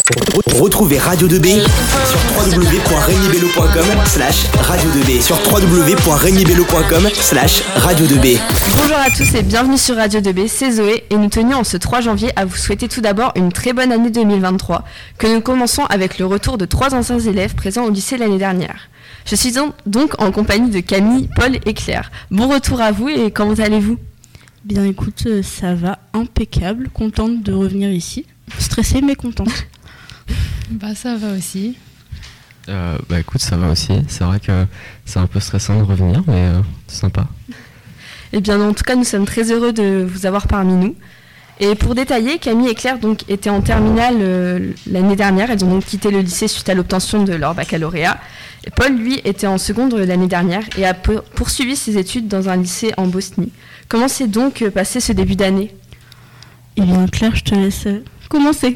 Retrouvez Radio 2B sur www.regnibello.com/radio2b sur www.regnibello.com/radio2b. Bonjour à tous et bienvenue sur Radio 2B, c'est Zoé et nous tenions en ce 3 janvier à vous souhaiter tout d'abord une très bonne année 2023 que nous commençons avec le retour de 3 anciens élèves présents au lycée l'année dernière. Je suis donc en compagnie de Camille, Paul et Claire. Bon retour à vous et comment allez-vous ? Bien écoute, ça va impeccable, contente de revenir ici, stressée mais contente. Ça va aussi. Écoute, ça va aussi. C'est vrai que c'est un peu stressant de revenir, mais c'est sympa. Eh bien, en tout cas, nous sommes très heureux de vous avoir parmi nous. Et pour détailler, Camille et Claire donc, étaient en terminale l'année dernière. Elles ont donc quitté le lycée suite à l'obtention de leur baccalauréat. Et Paul, lui, était en seconde l'année dernière et a poursuivi ses études dans un lycée en Bosnie. Comment s'est donc passé ce début d'année ? Eh bien, Claire, je te laisse commencer.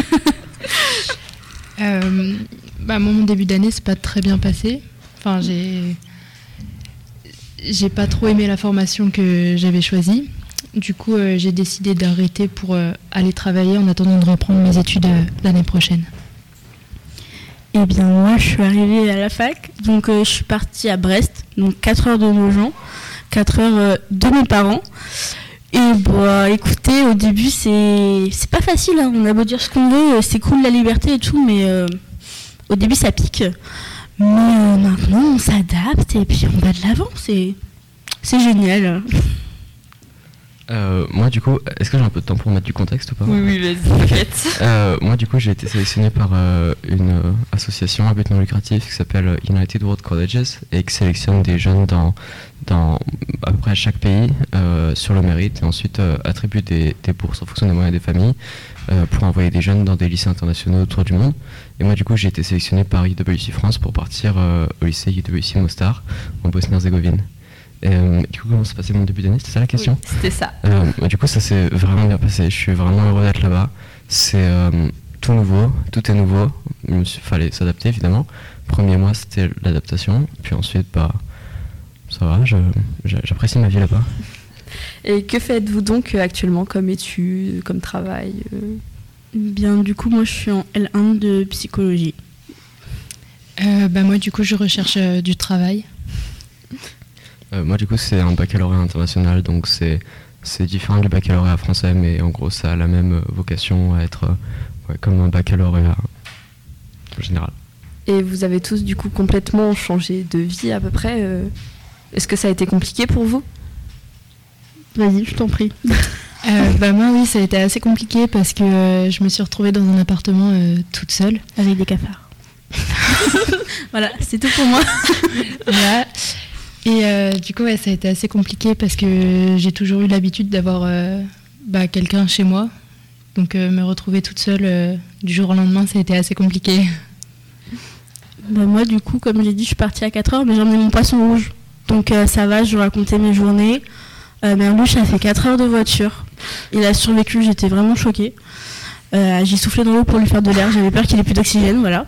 Mon début d'année, c'est pas très bien passé. Enfin, j'ai pas trop aimé la formation que j'avais choisie. Du coup, j'ai décidé d'arrêter pour aller travailler en attendant de reprendre mes études l'année prochaine. Eh bien, moi, je suis arrivée à la fac. Donc, je suis partie à Brest. Donc, 4 heures de Nogent, 4 heures de mes parents. Et écoutez, au début, c'est pas facile. Hein. On a beau dire ce qu'on veut, c'est cool la liberté et tout, mais au début, ça pique. Mais maintenant, on s'adapte et puis on va de l'avant. C'est génial. Moi, du coup, est-ce que j'ai un peu de temps pour mettre du contexte ou pas ? Oui, vas-y, t'inquiète. Moi, du coup, j'ai été sélectionné par une association à but non lucratif qui s'appelle United World Colleges et qui sélectionne des jeunes dans à peu près chaque pays sur le mérite et ensuite attribue des bourses en fonction des moyens des familles pour envoyer des jeunes dans des lycées internationaux autour du monde. Et moi, du coup, j'ai été sélectionné par UWC France pour partir au lycée UWC Mostar en Bosnie-Herzégovine. Et, du coup, comment s'est passé mon début d'année ? C'était ça la question ? Oui, c'était ça. Du coup, ça s'est vraiment bien passé. Je suis vraiment heureux d'être là-bas. C'est tout nouveau, tout est nouveau. Fallait s'adapter, évidemment. Premier mois, c'était l'adaptation. Puis ensuite, ça va, j'apprécie ma vie là-bas. Et que faites-vous donc actuellement comme études, comme travail Bien, du coup, moi, je suis en L1 de psychologie. Moi, du coup, je recherche du travail. Moi, du coup, c'est un baccalauréat international, donc c'est différent du baccalauréat français, mais en gros, ça a la même vocation à être comme un baccalauréat en général. Et vous avez tous, du coup, complètement changé de vie à peu près. Est-ce que ça a été compliqué pour vous ? Vas-y, je t'en prie. Moi, oui, ça a été assez compliqué parce que je me suis retrouvée dans un appartement toute seule. Avec des cafards. Voilà, c'est tout pour moi. Voilà. Et du coup, ça a été assez compliqué parce que j'ai toujours eu l'habitude d'avoir quelqu'un chez moi. Donc me retrouver toute seule du jour au lendemain, ça a été assez compliqué. Moi, du coup, comme j'ai dit, je suis partie à 4 heures, mais j'ai emmené mon poisson rouge. Donc ça va, je racontais mes journées. Merlouche a fait 4 heures de voiture. Il a survécu, j'étais vraiment choquée. J'ai soufflé dans l'eau pour lui faire de l'air, j'avais peur qu'il ait plus d'oxygène, voilà.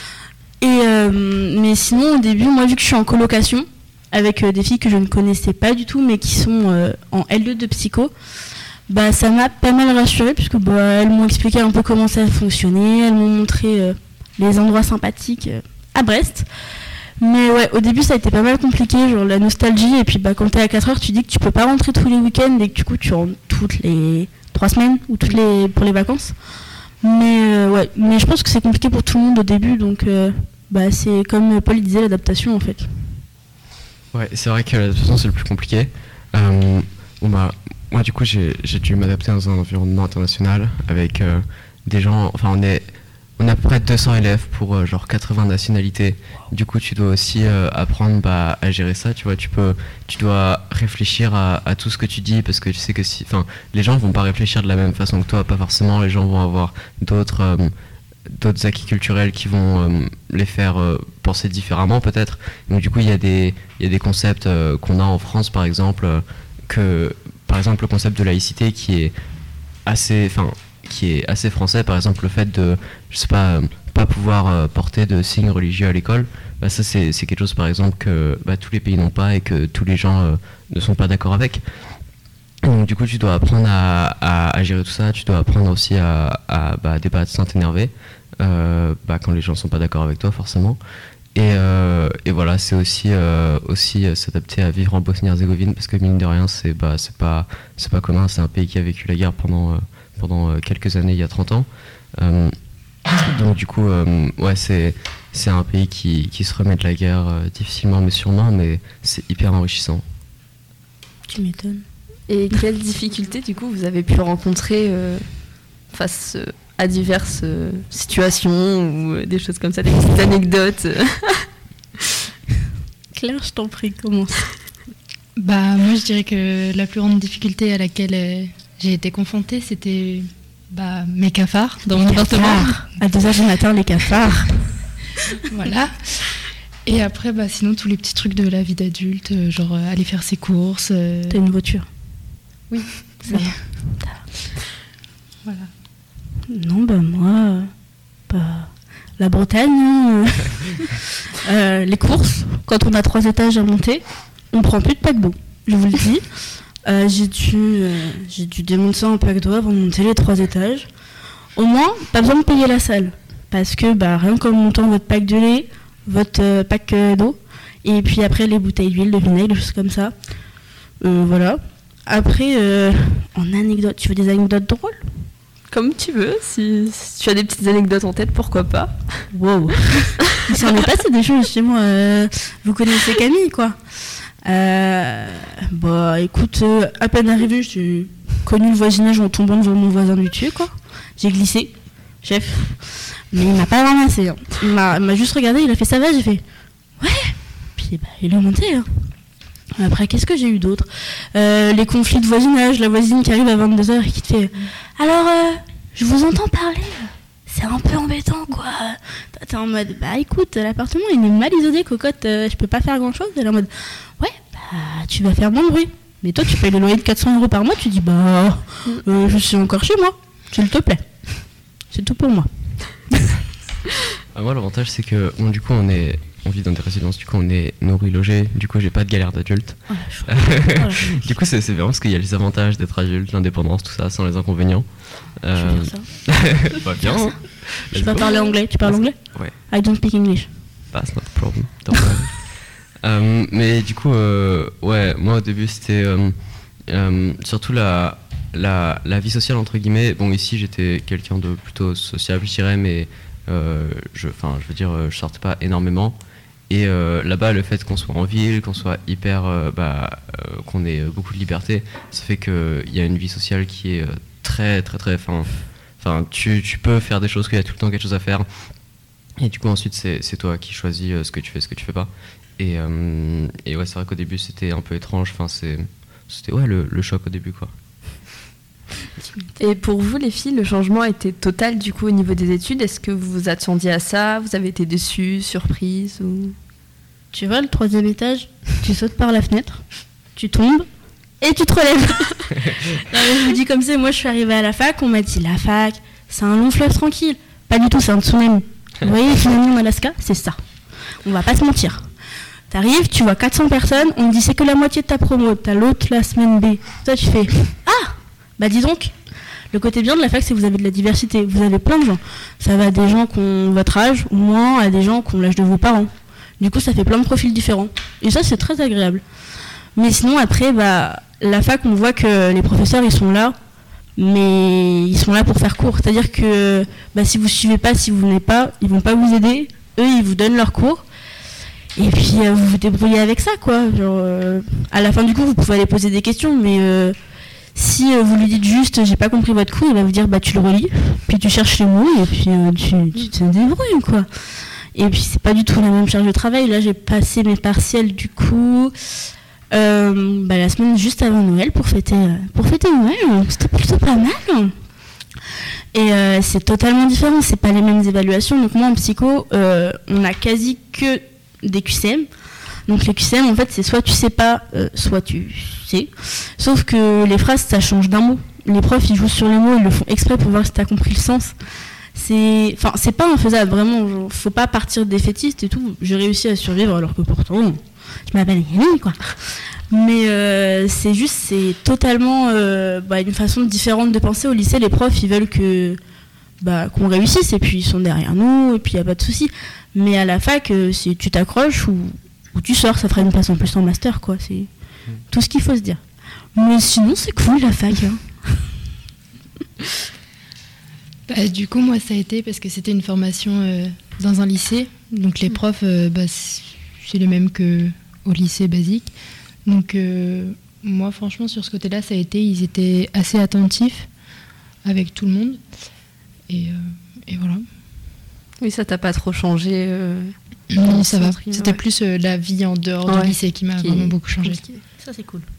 Mais sinon, au début, moi, vu que je suis en colocation, avec des filles que je ne connaissais pas du tout, mais qui sont en L2 de psycho, ça m'a pas mal rassurée, puisque elles m'ont expliqué un peu comment ça fonctionnait, elles m'ont montré les endroits sympathiques à Brest. Mais ouais, au début, ça a été pas mal compliqué, genre la nostalgie, et puis quand t'es à 4 heures, tu dis que tu peux pas rentrer tous les week-ends, et que du coup, tu rentres toutes les 3 semaines, ou pour les vacances. Mais je pense que c'est compliqué pour tout le monde au début, donc c'est comme Paul disait, l'adaptation en fait. Ouais, c'est vrai que l'adaptation c'est le plus compliqué. Moi du coup j'ai dû m'adapter dans un environnement international avec des gens, on a à peu près 200 élèves pour genre 80 nationalités. Du coup tu dois aussi apprendre à gérer ça, tu vois, tu dois réfléchir à tout ce que tu dis parce que tu sais que les gens vont pas réfléchir de la même façon que toi, pas forcément, les gens vont avoir d'autres acquis culturels qui vont les faire penser différemment peut-être. Donc du coup il y a des concepts qu'on a en France par exemple, par exemple le concept de laïcité qui est assez français, par exemple le fait de pas pouvoir porter de signes religieux à l'école, ça c'est quelque chose par exemple que tous les pays n'ont pas et que tous les gens ne sont pas d'accord avec. Donc du coup tu dois apprendre à gérer tout ça, tu dois apprendre aussi à débattre sans t'énerver. quand les gens sont pas d'accord avec toi forcément. Et voilà, c'est aussi s'adapter à vivre en Bosnie-Herzégovine, parce que mine de rien, c'est pas commun. C'est un pays qui a vécu la guerre pendant quelques années, il y a 30 ans. Donc du coup, c'est un pays qui se remet de la guerre difficilement mais sûrement, mais c'est hyper enrichissant. Tu m'étonnes. Et quelles difficultés, du coup, vous avez pu rencontrer face à diverses situations ou des choses comme ça, des petites anecdotes? Claire, je t'en prie, commence. Moi, je dirais que la plus grande difficulté à laquelle j'ai été confrontée, c'était mes cafards dans mon appartement. À 2h du matin, les cafards. Voilà. Et après, sinon, tous les petits trucs de la vie d'adulte, genre aller faire ses courses. T'as une voiture? Oui, ça va. Voilà. Non, moi, la Bretagne, les courses, quand on a 3 étages à monter, on prend plus de paquebot, je vous le dis. J'ai dû démonter un pack d'eau avant de monter les 3 étages. Au moins, pas besoin de payer la salle, parce que rien qu'en montant votre pack de lait, votre pack d'eau, et puis après les bouteilles d'huile, de vinaigre, des choses comme ça. Voilà. Après, en anecdote, tu veux des anecdotes drôles? Comme tu veux, si tu as des petites anecdotes en tête, pourquoi pas. Wow. Il s'en est passé des choses chez moi. Vous connaissez Camille, quoi. Écoute, à peine arrivée, j'ai connu le voisinage en tombant devant mon voisin du dessus, quoi. J'ai glissé, chef. Mais il m'a pas ramassé. Hein. Il m'a juste regardé, il a fait ça va, j'ai fait ouais. Puis il est monté. Hein. Après, qu'est-ce que j'ai eu d'autre? Les conflits de voisinage, la voisine qui arrive à 22h et qui te fait alors, je vous entends parler, c'est un peu embêtant, quoi. T'es en mode écoute, l'appartement il est mal isolé, cocotte, je peux pas faire grand chose. Elle est en mode ouais, tu vas faire moins de bruit. Mais toi, tu payes le loyer de 400 € par mois, tu dis je suis encore chez moi, s'il te plaît. C'est tout pour moi. Moi, l'avantage, c'est que du coup, on vit dans des résidences, du coup on est nourri, logé, du coup j'ai pas de galère d'adulte. Du coup c'est bien parce qu'il y a les avantages d'être adulte, l'indépendance, tout ça, sans les inconvénients. Je vais faire ça. Pas bien. Hein. Je peux pas parler anglais, tu parles anglais? Ouais. I don't speak English. That's not a problem. Don't worry. Mais du coup, moi au début c'était surtout la vie sociale entre guillemets. Bon, ici j'étais quelqu'un de plutôt sociable, je dirais, mais je sortais pas énormément. Et là-bas, le fait qu'on soit en ville, qu'on soit hyper, qu'on ait beaucoup de liberté, ça fait qu'il y a une vie sociale qui est très, très, très. Enfin, tu peux faire des choses, qu'il y a tout le temps quelque chose à faire. Et du coup, ensuite, c'est toi qui choisis ce que tu fais, ce que tu fais pas. Et ouais, c'est vrai qu'au début, c'était un peu étrange. Enfin, c'était le choc au début, quoi. Et pour vous, les filles, le changement a été total du coup au niveau des études. Est-ce que vous vous attendiez à ça? Vous avez été déçues, surprises ou... Tu vois, le 3e étage, tu sautes par la fenêtre, tu tombes et tu te relèves. Non, mais je vous dis comme ça, moi je suis arrivée à la fac, on m'a dit la fac, c'est un long fleuve tranquille. Pas du tout, c'est un tsunami. Vous voyez le tsunami en Alaska? C'est ça. On va pas se mentir. T'arrives, tu vois 400 personnes, on te dit c'est que la moitié de ta promo, t'as l'autre la semaine B. Toi tu fais dis donc, le côté bien de la fac, c'est que vous avez de la diversité. Vous avez plein de gens. Ça va des gens qui ont votre âge, ou moins à des gens qui ont l'âge de vos parents. Du coup, ça fait plein de profils différents. Et ça, c'est très agréable. Mais sinon, après, la fac, on voit que les professeurs, ils sont là, mais ils sont là pour faire cours. C'est-à-dire que si vous suivez pas, si vous venez pas, ils vont pas vous aider. Eux, ils vous donnent leurs cours. Et puis, vous vous débrouillez avec ça, quoi. Genre, à la fin du cours, vous pouvez aller poser des questions, mais... si vous lui dites juste j'ai pas compris votre cours, il va vous dire tu le relis, puis tu cherches les mots et puis tu te débrouilles, quoi. Et puis c'est pas du tout la même charge de travail. Là j'ai passé mes partiels du coup la semaine juste avant Noël pour fêter Noël. C'était plutôt pas mal. Et c'est totalement différent, c'est pas les mêmes évaluations. Donc moi en psycho, on a quasi que des QCM. Donc les QCM, en fait, c'est soit tu sais pas, soit tu sais. Sauf que les phrases, ça change d'un mot. Les profs, ils jouent sur les mots, ils le font exprès pour voir si t'as compris le sens. C'est pas infaisable, vraiment. Genre, faut pas partir défaitiste et tout. J'ai réussi à survivre alors que pourtant, je m'appelle Yamine, quoi. Mais c'est totalement une façon différente de penser. Au lycée, les profs, ils veulent que... qu'on réussisse, et puis ils sont derrière nous, et puis il n'y a pas de souci. Mais à la fac, c'est tu t'accroches ou tu sors, ça fera une place en plus en master, quoi. C'est tout ce qu'il faut se dire. Mais sinon, c'est cool la fac. Du coup, moi, ça a été parce que c'était une formation dans un lycée. Donc les profs, c'est les mêmes qu'au lycée basique. Donc moi, franchement, sur ce côté-là, ça a été, ils étaient assez attentifs avec tout le monde. Et voilà. Oui, ça t'a pas trop changé Non, ça va. C'était plus la vie en dehors du lycée qui m'a vraiment beaucoup changé. Ça, c'est cool.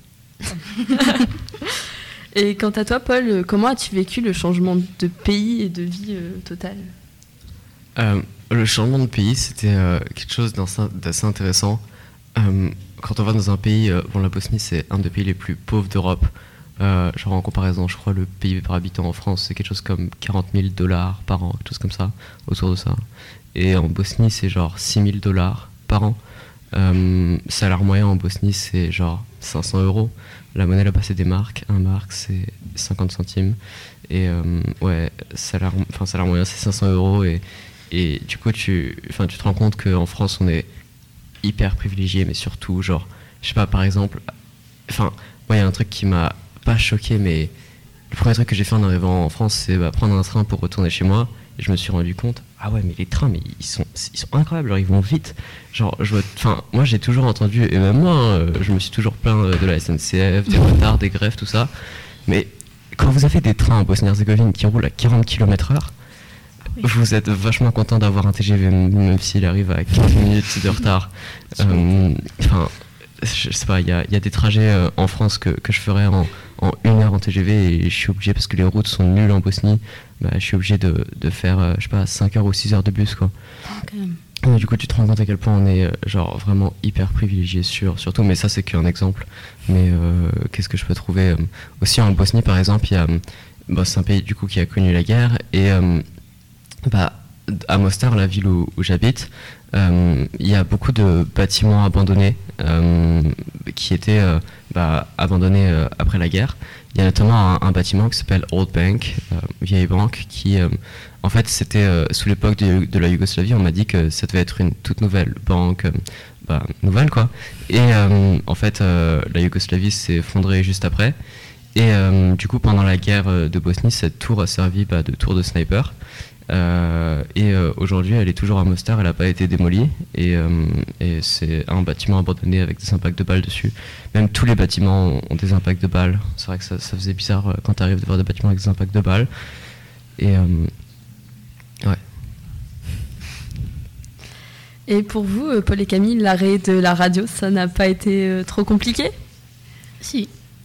Et quant à toi, Paul, comment as-tu vécu le changement de pays et de vie total ? Le changement de pays, c'était quelque chose d'assez intéressant. Quand on va dans un pays, la Bosnie, c'est un des pays les plus pauvres d'Europe. Genre en comparaison, je crois le PIB par habitant en France, c'est quelque chose comme $40,000 par an, quelque chose comme ça, autour de ça. Et en Bosnie, c'est genre $6,000 par an. Salaire moyen en Bosnie, c'est genre 500 €. La monnaie là-bas, c'est des marques. Un marque, c'est 50 centimes. Et salaire moyen, c'est 500 €. Et du coup, tu te rends compte qu'en France, on est hyper privilégié, mais surtout, genre, je sais pas, par exemple, moi, il y a un truc qui m'a pas choqué, mais le premier truc que j'ai fait en arrivant en France, c'est prendre un train pour retourner chez moi. Et je me suis rendu compte, ah ouais, mais les trains, mais ils sont incroyables, genre, ils vont vite. Genre, moi j'ai toujours entendu, et même moi, je me suis toujours plaint de la SNCF, des retards, des grèves, tout ça. Mais quand vous avez des trains en Bosnie-Herzégovine qui roulent à 40 km/h, vous êtes vachement content d'avoir un TGV, même s'il arrive à 15 minutes de retard. Je sais pas, il y a des trajets en France que je ferais en 1 heure en TGV, et je suis obligé, parce que les routes sont nulles en Bosnie, je suis obligé de faire, 5 heures ou 6 heures de bus, quoi. Et du coup, tu te rends compte à quel point on est genre vraiment hyper privilégié surtout, mais ça c'est qu'un exemple. Mais qu'est-ce que je peux trouver aussi en Bosnie, par exemple, il y a, c'est un pays du coup qui a connu la guerre, et à Mostar, la ville où j'habite, il y a beaucoup de bâtiments abandonnés qui étaient abandonnés après la guerre. Il y a notamment un bâtiment qui s'appelle Old Bank, vieille banque, qui en fait c'était sous l'époque de la Yougoslavie. On m'a dit que ça devait être une toute nouvelle banque, nouvelle quoi. Et en fait la Yougoslavie s'est effondrée juste après. Et du coup pendant la guerre de Bosnie, cette tour a servi de tour de sniper. Et aujourd'hui elle est toujours à Mostar, elle n'a pas été démolie, et c'est un bâtiment abandonné avec des impacts de balles dessus. Même tous les bâtiments ont des impacts de balles. C'est vrai que ça faisait bizarre quand tu arrives de voir des bâtiments avec des impacts de balles. Et ouais. Et pour vous, Paul et Camille, l'arrêt de la radio, ça n'a pas été trop compliqué ? Si.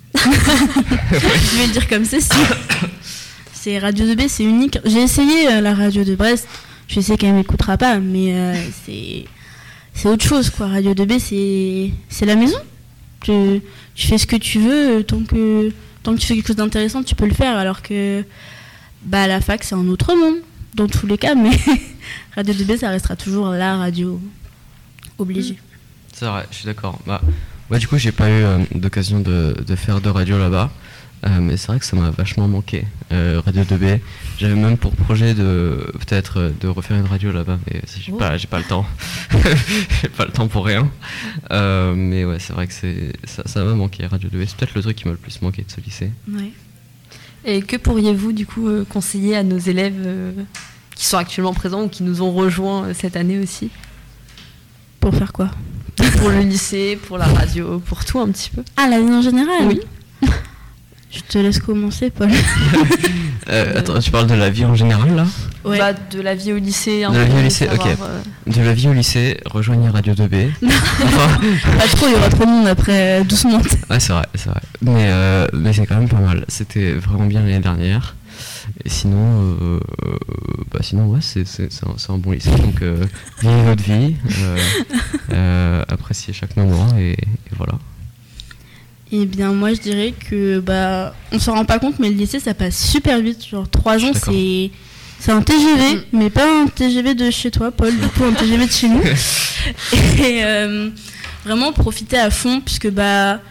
Je vais le dire comme c'est si. C'est Radio 2B, c'est unique. J'ai essayé la radio de Brest. Je sais qu'elle m'écoutera pas, mais c'est autre chose, quoi. Radio 2B, c'est la maison. Tu fais ce que tu veux, tant que tu fais quelque chose d'intéressant, tu peux le faire. Alors que la fac, c'est un autre monde, dans tous les cas. Mais Radio 2B, ça restera toujours la radio obligée. C'est vrai, je suis d'accord. Du coup, j'ai pas eu d'occasion de faire de radio là-bas. Mais c'est vrai que ça m'a vachement manqué, Radio 2B. J'avais même pour projet de refaire une radio là-bas, mais j'ai pas le temps. J'ai pas le temps pour rien. Mais ouais, c'est vrai que ça m'a manqué, Radio 2B. C'est peut-être le truc qui m'a le plus manqué de ce lycée. Ouais. Et que pourriez-vous du coup conseiller à nos élèves qui sont actuellement présents ou qui nous ont rejoints cette année aussi ? Pour faire quoi ? Pour le lycée, pour la radio, pour tout un petit peu. Ah, la vie en général ? Oui. Je te laisse commencer, Paul. Attends, tu parles de la vie en général, là ? Ouais. De la vie au lycée. De la vie au lycée, ok. De la vie au lycée, rejoignez Radio 2B. Pas trop, il y aura trop de monde après, doucement. Ouais, c'est vrai. Mais c'est quand même pas mal. C'était vraiment bien l'année dernière. Et sinon, ouais, c'est un bon lycée. Donc, vivez votre vie, appréciez chaque moment, et voilà. Eh bien, moi, je dirais que, on s'en rend pas compte, mais le lycée, ça passe super vite. Genre, 3 ans, c'est un TGV, mais pas un TGV de chez toi, Paul, du coup, un TGV de chez nous. Et vraiment, profiter à fond, puisque,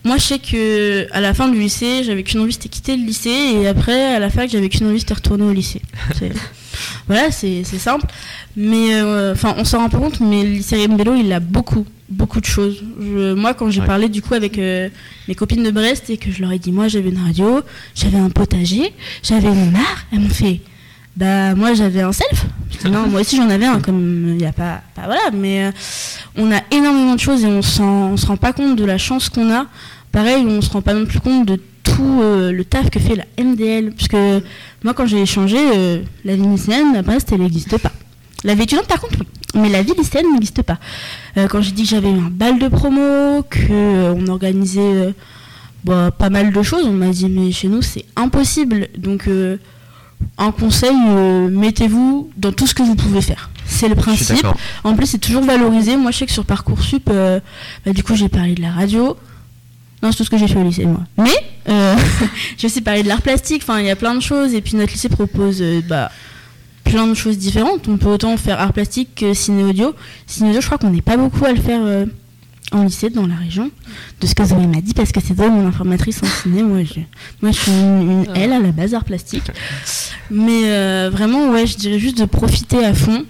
Moi, je sais que à la fin du lycée, j'avais qu'une envie, c'était quitter le lycée, et après, à la fac, j'avais qu'une envie, c'était retourner au lycée. Voilà, c'est simple. Mais on s'en rend pas compte, mais le lycée Rimbello, il a beaucoup de choses. Moi, quand j'ai parlé du coup avec mes copines de Brest et que je leur ai dit, moi, j'avais une radio, j'avais un potager, j'avais une mare, elles m'ont fait, bah moi, j'avais un self. Je dis, non, moi aussi, j'en avais un, comme il n'y a pas voilà, mais on a énormément de choses et on se rend pas compte de la chance qu'on a. Pareil, on se rend pas non plus compte de tout le taf que fait la MDL. Parce que moi, quand j'ai échangé, la vie lycéenne à Brest, elle n'existe pas. La vie étudiante, par contre, oui. Mais la vie lycéenne n'existe pas. Quand j'ai dit que j'avais eu un bal de promo, qu'on organisait pas mal de choses, on m'a dit, mais chez nous, c'est impossible. Donc, un conseil, mettez-vous dans tout ce que vous pouvez faire. C'est le principe. En plus, c'est toujours valorisé. Moi, je sais que sur Parcoursup, du coup, j'ai parlé de la radio. Non, c'est tout ce que j'ai fait au lycée, moi. Mais j'ai aussi parlé de l'art plastique. Enfin, il y a plein de choses. Et puis, notre lycée propose plein de choses différentes. On peut autant faire art plastique que ciné-audio. Ciné-audio, je crois qu'on n'est pas beaucoup à le faire en lycée, dans la région. De ce que Zoé m'a dit, parce que c'est Zoé, mon informatrice en ciné. Moi, je suis une L à la base, art plastique. Mais vraiment, ouais, je dirais juste de profiter à fond.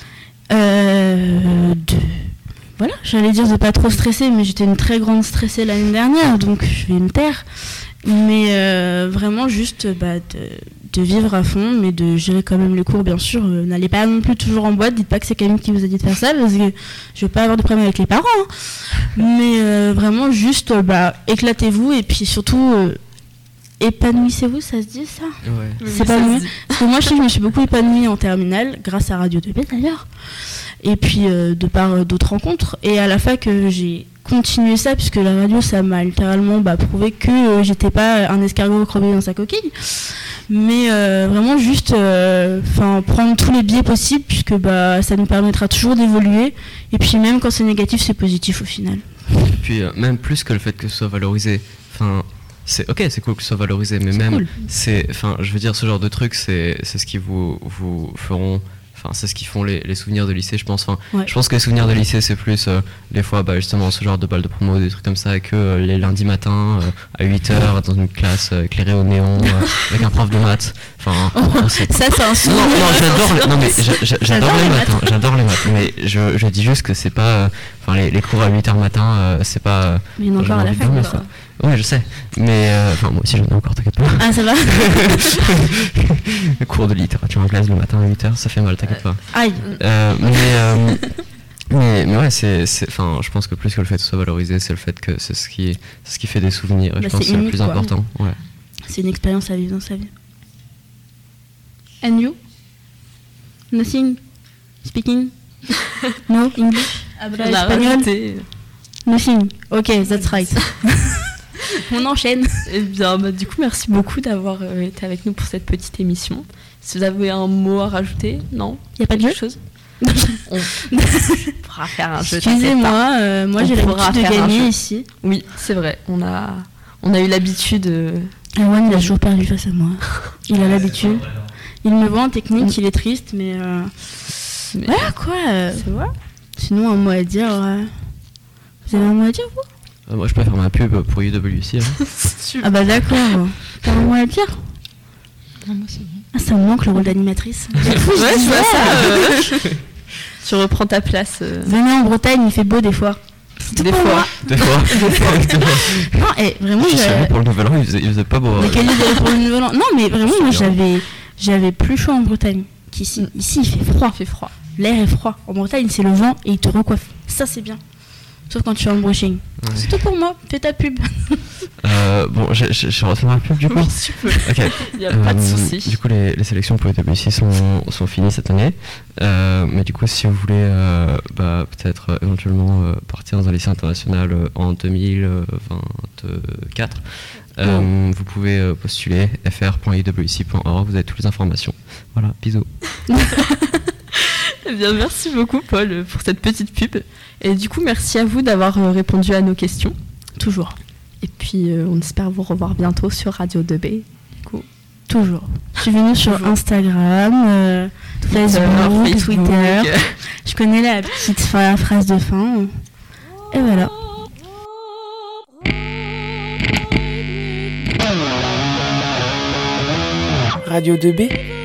Voilà, j'allais dire de pas trop stresser, mais j'étais une très grande stressée l'année dernière, donc je vais me taire. Mais vraiment juste de vivre à fond, mais de gérer quand même les cours, bien sûr. N'allez pas non plus toujours en boîte, dites pas que c'est Camille qui vous a dit de faire ça, parce que je veux pas avoir de problème avec les parents. Hein. Mais vraiment juste, éclatez-vous, et puis surtout, épanouissez-vous, ça se dit ça ? Ouais. C'est pas mieux. Parce que moi, je sais que je me suis beaucoup épanouie en terminale, grâce à Radio 2B d'ailleurs. Et puis de par d'autres rencontres. Et à la fac, j'ai continué ça, puisque la radio, ça m'a littéralement prouvé que j'étais pas un escargot crevé dans sa coquille. Mais vraiment juste prendre tous les biais possibles, puisque ça nous permettra toujours d'évoluer. Et puis même quand c'est négatif, c'est positif au final. Et puis même plus que le fait que ce soit valorisé. C'est cool que ce soit valorisé, mais c'est même, cool. Je veux dire, ce genre de trucs, c'est ce qui vous feront. C'est ce qui font les souvenirs de lycée, je pense. Ouais. Je pense que les souvenirs de lycée, c'est plus des fois justement ce genre de bal de promo, des trucs comme ça, que les lundis matins à 8h dans une classe éclairée au néon avec un prof de maths. Ça, c'est un souvenir. J'adore les maths, mais je dis juste que c'est pas les cours à 8h matin, c'est pas. Mais il y en a encore à la fac. Ouais, je sais, mais moi aussi j'en ai encore, t'inquiète pas. Ah, ça va. Le cours de littérature en classe le matin à 8h, ça fait mal, t'inquiète pas. Aïe. Mais ouais, je pense que plus que le fait que ce soit valorisé, c'est le fait que c'est ce qui fait des souvenirs, et je pense que c'est le plus important. Ouais. C'est une expérience à vivre dans sa vie. And you? Nothing? Speaking? No? English? Espagnol? Nothing. Ok, that's right. On enchaîne. Eh bien, du coup, merci beaucoup d'avoir été avec nous pour cette petite émission. Si vous avez un mot à rajouter, non? Il n'y a pas de jeu? Chose on pourra faire un jeu. Excusez-moi, moi j'ai l'habitude de gagner ici. Oui, c'est vrai. On a eu l'habitude. Awan, il a toujours perdu face à moi. Il a l'habitude. Il me voit en technique, il est triste, mais voilà quoi. C'est vrai. Sinon, un mot à dire. Vous avez un mot à dire, vous? Moi, je peux faire ma pub pour UWC. Ah bah d'accord. T'as un mot à dire? Non, moi c'est bon. Ah, ça me manque le rôle d'animatrice. Ouais, je vois ça. Tu reprends ta place. Venez en Bretagne, il fait beau des fois. Des fois. Non, vraiment, pour le Nouvel An, il faisait pas beau. Mais quel est pour le Nouvel An? Non, mais vraiment, moi, j'avais plus chaud en Bretagne qu'ici. Ici, il fait froid. L'air est froid. En Bretagne, c'est le vent et il te recoiffe. Ça, c'est bien. Sauf quand tu es en brushing. Ouais. C'est tout pour moi, fais ta pub. Bon, je refais ma pub du coup. Oui, tu peux. Ok. Il n'y a pas de souci. Du coup, les sélections pour UWC sont finies cette année. Mais du coup, si vous voulez peut-être éventuellement partir dans un lycée international en 2024, vous pouvez postuler fr.uwc.org, vous avez toutes les informations. Voilà, bisous. Eh bien, merci beaucoup, Paul, pour cette petite pub. Et du coup, merci à vous d'avoir répondu à nos questions. Toujours. Et puis, on espère vous revoir bientôt sur Radio 2B. Du coup. Toujours. Suivez-nous sur Instagram, Facebook, Twitter. Je connais la petite phrase de fin. Et voilà. Radio 2B.